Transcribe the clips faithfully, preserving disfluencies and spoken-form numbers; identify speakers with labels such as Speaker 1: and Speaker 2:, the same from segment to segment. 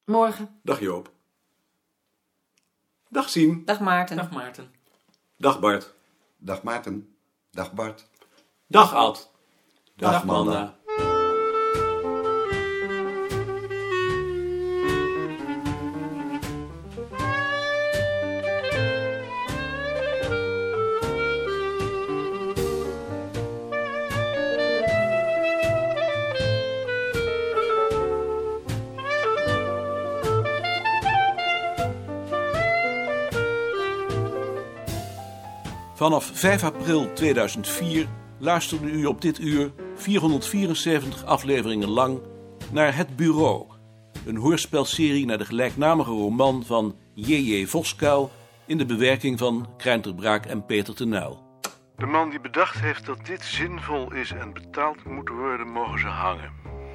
Speaker 1: Morgen.
Speaker 2: Dag Joop. Dag Sien.
Speaker 1: Dag Maarten.
Speaker 3: Dag Maarten.
Speaker 2: Dag Bart.
Speaker 4: Dag Maarten. Dag Bart.
Speaker 2: Dag Ad.
Speaker 4: Dag,
Speaker 2: Dag
Speaker 4: Manda.
Speaker 2: Manda.
Speaker 5: Vanaf vijf april tweeduizend vier luisterde u op dit uur vierhonderdvierenzeventig afleveringen lang naar Het Bureau. Een hoorspelserie naar de gelijknamige roman van J J Voskuil in de bewerking van Krijn ter Braak en Peter te Nuyl. De man die bedacht heeft dat dit zinvol is en betaald moet worden, mogen ze hangen.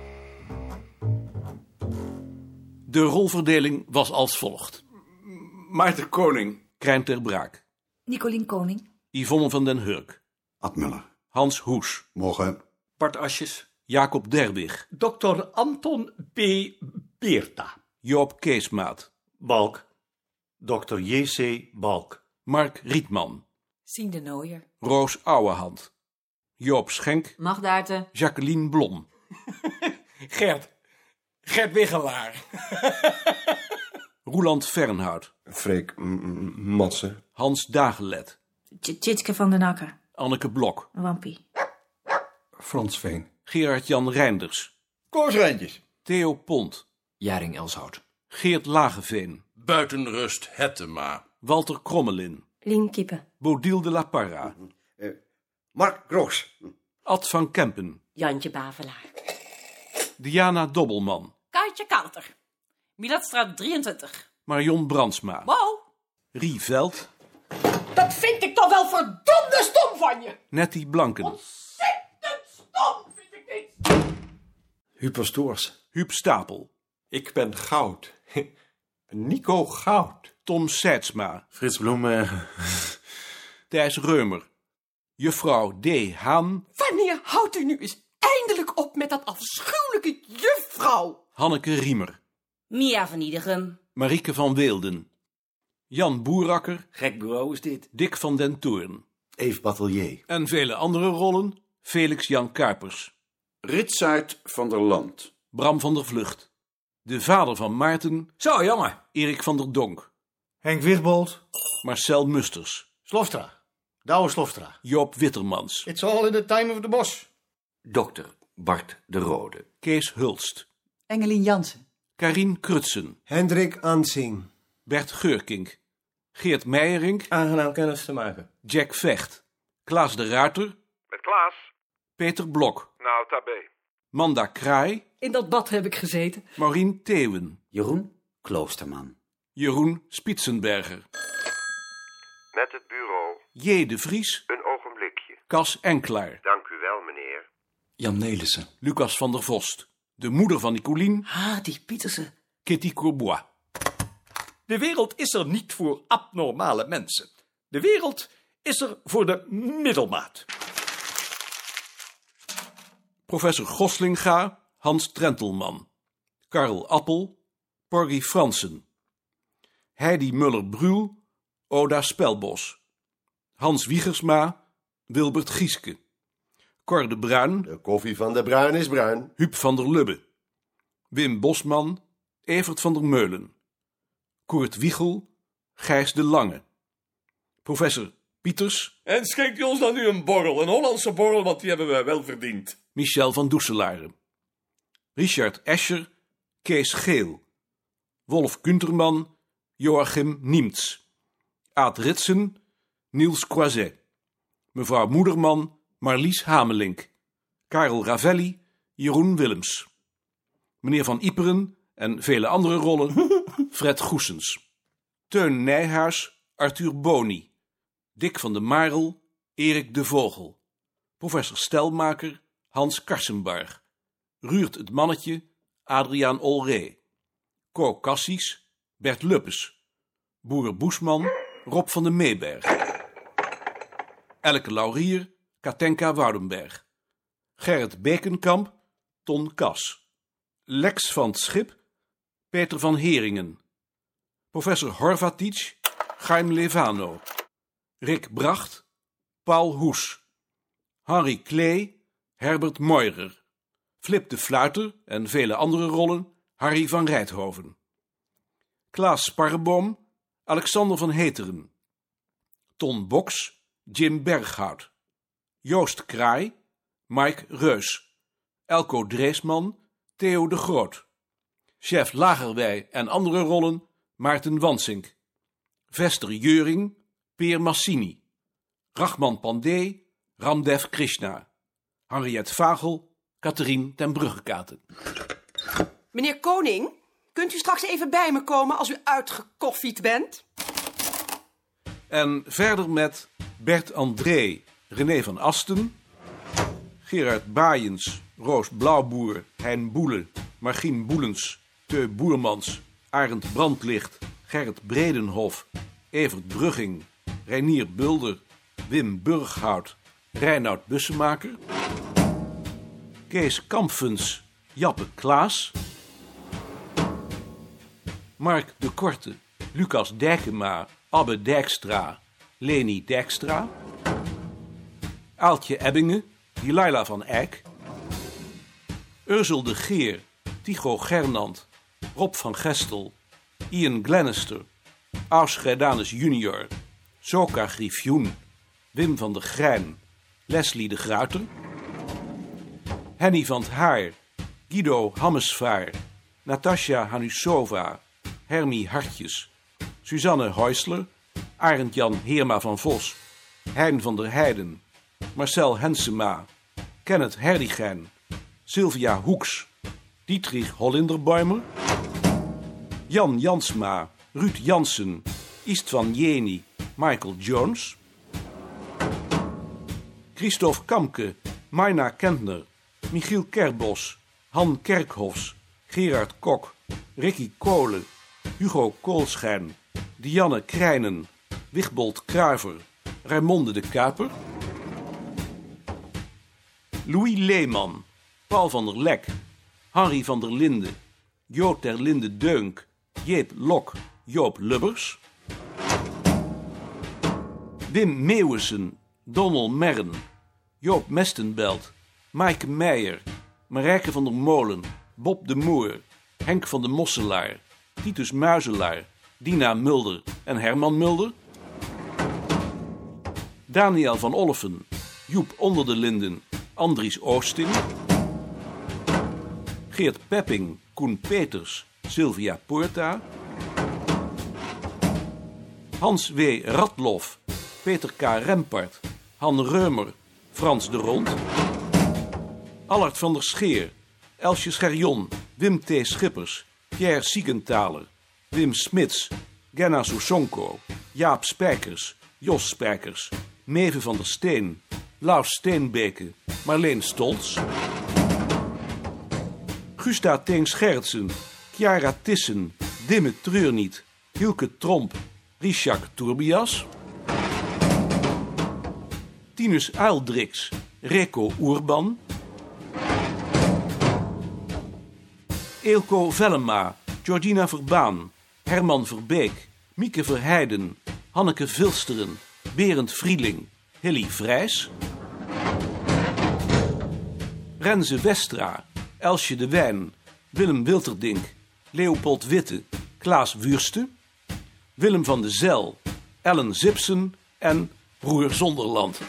Speaker 5: De rolverdeling was als volgt.
Speaker 2: Maarten Koning.
Speaker 5: Krijn ter Braak.
Speaker 6: Nicolien Koning.
Speaker 5: Yvonne van den Hurk.
Speaker 4: Ad Muller.
Speaker 5: Hans Hoes.
Speaker 4: Morgen.
Speaker 3: Bart Asjes.
Speaker 5: Jacob Derwig.
Speaker 7: dokter Anton P. Beerta.
Speaker 5: Joop Keesmaat.
Speaker 7: Balk. dokter J C. Balk.
Speaker 5: Mark Rietman.
Speaker 1: Sien de Nooier.
Speaker 5: Roos Ouwehand. Joop Schenk.
Speaker 1: Magdaarten.
Speaker 5: Jacqueline Blom.
Speaker 3: Gert. Gert Wiggelaar.
Speaker 5: Roeland Fernhout.
Speaker 8: Freek Matsen.
Speaker 5: Hans Dagelet.
Speaker 6: Tjitske van den Akker.
Speaker 5: Anneke Blok.
Speaker 6: Wampie.
Speaker 8: Frans Veen.
Speaker 5: Gerard-Jan Reinders.
Speaker 7: Koosrijntjes.
Speaker 5: Theo Pont.
Speaker 3: Jaring Elshout.
Speaker 5: Geert Lageveen.
Speaker 9: Buitenrust Hettema.
Speaker 5: Walter Krommelin.
Speaker 6: Lien Kiepen.
Speaker 5: Bodil de la Parra.
Speaker 4: Uh, Mark Groos.
Speaker 5: Ad van Kempen.
Speaker 1: Jantje Bavelaar.
Speaker 5: Diana Dobbelman.
Speaker 1: Kaatje Kalter. Milatstraat drieëntwintig.
Speaker 5: Marion Brandsma.
Speaker 1: Wow.
Speaker 5: Rie Veld.
Speaker 1: Dat vind ik toch wel verdomde stom van je.
Speaker 5: Nettie Blanken.
Speaker 1: Ontzettend stom vind ik dit.
Speaker 8: Huub Pastoors.
Speaker 5: Huub Stapel.
Speaker 8: Ik ben Goud. Nico Goud.
Speaker 5: Tom Seidsma.
Speaker 9: Frits Bloembergen.
Speaker 5: Thijs Reumer. Juffrouw D. Haan.
Speaker 1: Wanneer houdt u nu eens eindelijk op met dat afschuwelijke juffrouw?
Speaker 5: Hanneke Riemer.
Speaker 1: Mia van Iedegem.
Speaker 5: Marieke van Weelden. Jan Boerakker.
Speaker 7: Gek bureau is dit.
Speaker 5: Dick van den Toorn.
Speaker 4: Eve Batelier.
Speaker 5: En vele andere rollen. Felix Jan Kuipers.
Speaker 2: Ritsaert van der Land.
Speaker 5: Bram van der Vlucht. De vader van Maarten.
Speaker 7: Zo, jongen.
Speaker 5: Erik van der Donk.
Speaker 10: Henk Wigbold.
Speaker 5: Marcel Musters.
Speaker 10: Slofstra. Douwe Slofstra.
Speaker 5: Joop Wittermans.
Speaker 10: It's all in the time of the boss.
Speaker 3: Dokter Bart de Rode.
Speaker 5: Kees Hulst.
Speaker 6: Engelien Jansen.
Speaker 5: Karien Krutsen.
Speaker 8: Hendrik Ansing.
Speaker 5: Bert Geurkink. Geert Meijerink.
Speaker 8: Aangenaam kennis te maken.
Speaker 5: Jack Vecht. Klaas de Ruiter.
Speaker 11: Met Klaas?
Speaker 5: Peter Blok.
Speaker 11: Nou, tabé.
Speaker 5: Manda Kraai.
Speaker 1: In dat bad heb ik gezeten.
Speaker 5: Maureen Theeuwen.
Speaker 4: Jeroen Kloosterman.
Speaker 5: Jeroen Spitsenberger.
Speaker 11: Met het bureau.
Speaker 5: J. de Vries.
Speaker 11: Een ogenblikje.
Speaker 5: Cas Enklaar.
Speaker 11: Dank u wel, meneer.
Speaker 3: Jan Nelissen.
Speaker 5: Lucas van der Vost. De moeder van Nicolien.
Speaker 1: Ah, die Pietersen.
Speaker 5: Kitty Courbois.
Speaker 7: De wereld is er niet voor abnormale mensen. De wereld is er voor de middelmaat.
Speaker 5: Professor Goslinga. Hans Trentelman. Karl Appel. Porgy Fransen. Heidi Muller-Bruhl. Oda Spelbos. Hans Wiegersma. Wilbert Gieske. Cor de Bruin.
Speaker 8: De koffie van de Bruin is bruin.
Speaker 5: Huub van der Lubbe. Wim Bosman. Evert van der Meulen. Koert Wiegel. Gijs de Lange. Professor Pieters.
Speaker 7: En schenkt u ons dan nu een borrel, een Hollandse borrel, want die hebben we wel verdiend.
Speaker 5: Michel van Doeselare. Richard Escher. Kees Geel. Wolf Kunterman. Joachim Niemts. Aad Ritsen. Niels Croiset. Mevrouw Moederman. Marlies Hamelink. Karel Ravelli. Jeroen Willems. Meneer Van Iperen en vele andere rollen. Fred Goessens. Teun Nijhuis. Arthur Boni. Dick van de Marel. Erik de Vogel. Professor Stelmaker. Hans Karsenbarg. Ruurt het Mannetje. Adriaan Olree. Co Cassies. Bert Luppes. Boer Boesman. Rob van de Meeberg. Elke Laurier. Katenka Woudenberg. Gerrit Bekenkamp. Ton Kas. Lex van 't Schip. Peter van Heringen. Professor Horvatic, Chaim Levano. Rick Bracht, Paul Hoes. Henry Klee, Herbert Meurer. Flip de Fluiter en vele andere rollen, Harry van Rijthoven. Klaas Sparreboom, Alexander van Heteren. Ton Boks, Jim Berghout. Joost Kraai, Mike Reus. Elko Dreesman, Theo de Groot. Chef Lagerwij en andere rollen, Maarten Wansink. Vester Jeuring, Peer Massini. Rachman Pandey, Ramdev Krishna. Henriette Vagel, Catherine ten Bruggekaten.
Speaker 1: Meneer Koning, kunt u straks even bij me komen als u uitgekoffied bent?
Speaker 5: En verder met Bert André, René van Asten, Gerard Baaiens, Roos Blauwboer, Hein Boele, Margien Boelens, Teu Boermans, Arend Brandlicht, Gerrit Bredenhof, Evert Brugging, Reinier Bulder, Wim Burghout, Reinoud Bussemaker, Kees Kampfens, Jappe Klaas, Mark de Korte, Lucas Dijkema, Abbe Dijkstra, Leni Dijkstra, Aaltje Ebbingen, Delilah van Eyck, Ursel de Geer, Tycho Gernand, Rob van Gestel, Ian Glenister, Aus Grijdanus junior, Soka Griffioen, Wim van der Grijn, Leslie de Gruiter, Henny van 't Haar, Guido Hammesvaar, Natasja Hanusova, Hermie Hartjes, Suzanne Heusler, Arend-Jan Heerma van Vos, Hein van der Heijden, Marcel Hensema, Kenneth Herdigijn, Sylvia Hoeks, Dietrich Hollinderbäumer, Jan Jansma, Ruud Jansen, Istvan Jeni, Michael Jones, Christophe Kamke, Maina Kentner, Michiel Kerbos, Han Kerkhofs, Gerard Kok, Ricky Kolen, Hugo Koolschijn, Dianne Krijnen, Wigbold Kruiver, Raimonde de Kuiper, Louis Leeman, Paul van der Lek, Harry van der Linden, Joop ter Linde Deunk, Jeep Lok, Joop Lubbers, Wim Meeuwissen, Donald Merren, Joop Mestenbelt, Maaike Meijer, Marijke van der Molen, Bob de Moer, Henk van de Mosselaar, Titus Muizelaar, Dina Mulder en Herman Mulder, Daniel van Olleffen, Joep Onder de Linden, Andries Oosting, Geert Pepping, Koen Peters, Sylvia Poorta, Hans W. Ratloff, Peter K. Rempart, Han Reumer, Frans de Rond, Allard van der Scheer, Elsje Scherjon, Wim T. Schippers, Pierre Siegenthaler, Wim Smits, Genna Sousonko, Jaap Spijkers, Jos Spijkers, Meeve van der Steen, Laus Steenbeke, Marleen Stolz, Gusta Teens Gerritsen, Chiara Tissen, Dimme Treurniet, Hielke Tromp, Richak Tourbias, Tinus Uildrix, Reko Oerban, Eelco Vellema, Georgina Verbaan, Herman Verbeek, Mieke Verheijden, Hanneke Vilsteren, Berend Vrieling, Hilly Vrijs, Renze Westra, Elsje de Wijn, Willem Wilterdink, Leopold Witte, Klaas Wurste, Willem van de Zel, Ellen Zipsen en Broer Zonderland.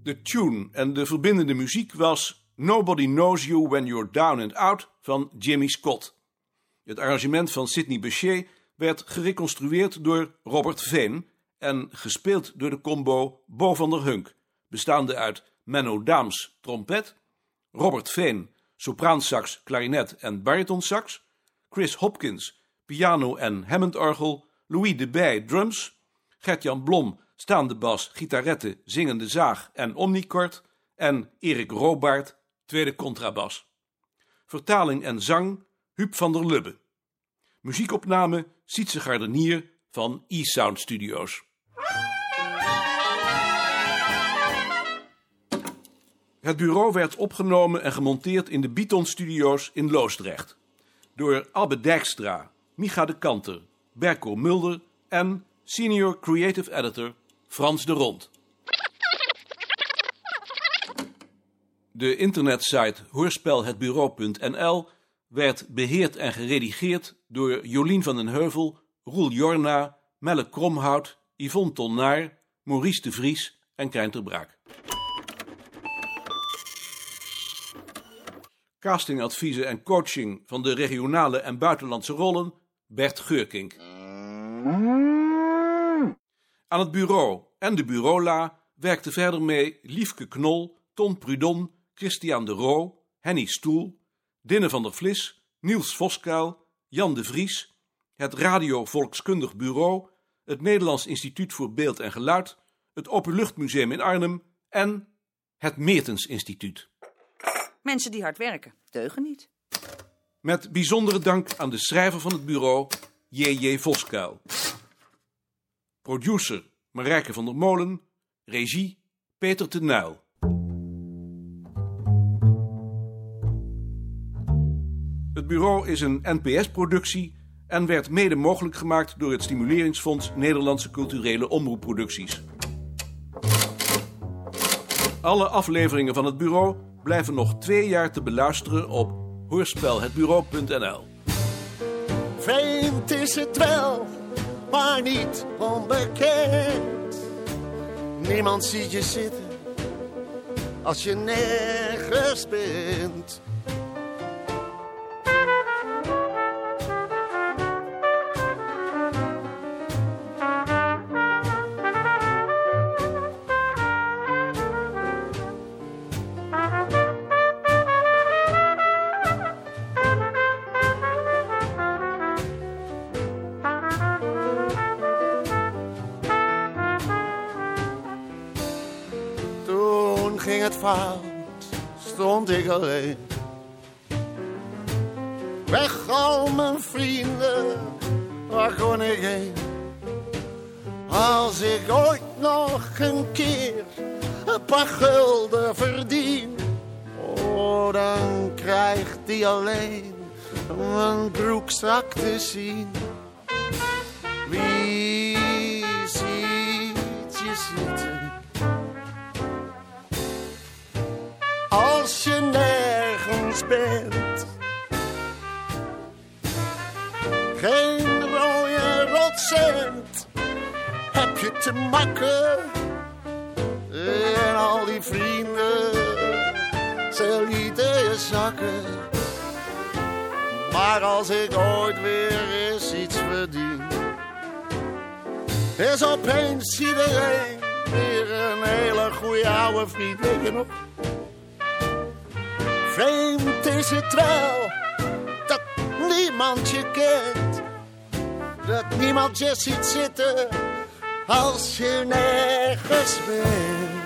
Speaker 5: De tune en de verbindende muziek was Nobody Knows You When You're Down and Out van Jimmy Scott. Het arrangement van Sidney Bechet werd gereconstrueerd door Robert Veen en gespeeld door de combo Bo van der Hunk, bestaande uit Menno Daams, trompet, Robert Veen, sopraansax, klarinet en baritonsax, Chris Hopkins, piano en Hammondorgel, Louis de Bij, drums, Gert-Jan Blom, staande bas, gitaretten, zingende zaag en omnikord en Erik Robaert, tweede contrabas. Vertaling en zang Huub van der Lubbe. Muziekopname Sietse Gardenier van E-Sound Studios. Het bureau werd opgenomen en gemonteerd in de Beaton Studios in Loosdrecht. Door Abbe Dijkstra, Micha de Kanter, Berko Mulder en senior creative editor Frans de Rond. De internetsite hoorspelhetbureau punt n l werd beheerd en geredigeerd door Jolien van den Heuvel, Roel Jorna, Melle Kromhout, Yvonne Tonnaar, Maurice de Vries en Krijn ter Braak. Castingadviezen en coaching van de regionale en buitenlandse rollen Bert Geurkink. Aan het bureau en de bureaula werkten verder mee Liefke Knol, Ton Prudon, Christian de Roo, Henny Stoel, Dinne van der Vlis, Niels Voskuil, Jan de Vries, het Radio Volkskundig Bureau, het Nederlands Instituut voor Beeld en Geluid, het Openluchtmuseum in Arnhem en het Meertens Instituut.
Speaker 12: Mensen die hard werken, deugen niet.
Speaker 5: Met bijzondere dank aan de schrijver van het bureau, J J Voskuil. Producer Marijke van der Molen, regie Peter te Nuyl. Het bureau is een N P S-productie en werd mede mogelijk gemaakt door het Stimuleringsfonds Nederlandse Culturele Omroepproducties. Alle afleveringen van het bureau blijven nog twee jaar te beluisteren op hoorspelhetbureau punt n l.
Speaker 13: Vreemd is het wel, maar niet onbekend. Niemand ziet je zitten als je nergens bent. Ging het fout, stond ik alleen. Weg al mijn vrienden, waar kon ik heen? Als ik ooit nog een keer een paar gulden verdien, oh, dan krijgt die alleen mijn broekzak te zien. Wie ziet je zitten als je nergens bent? Geen rode rotcent heb je te makken. En al die vrienden, ze lieten je zakken. Maar als ik ooit weer eens iets verdien, is opeens iedereen weer een hele goede oude vriend. Weet je nog? Vreemd is het wel, dat niemand je kent. Dat niemand je ziet zitten als je nergens bent.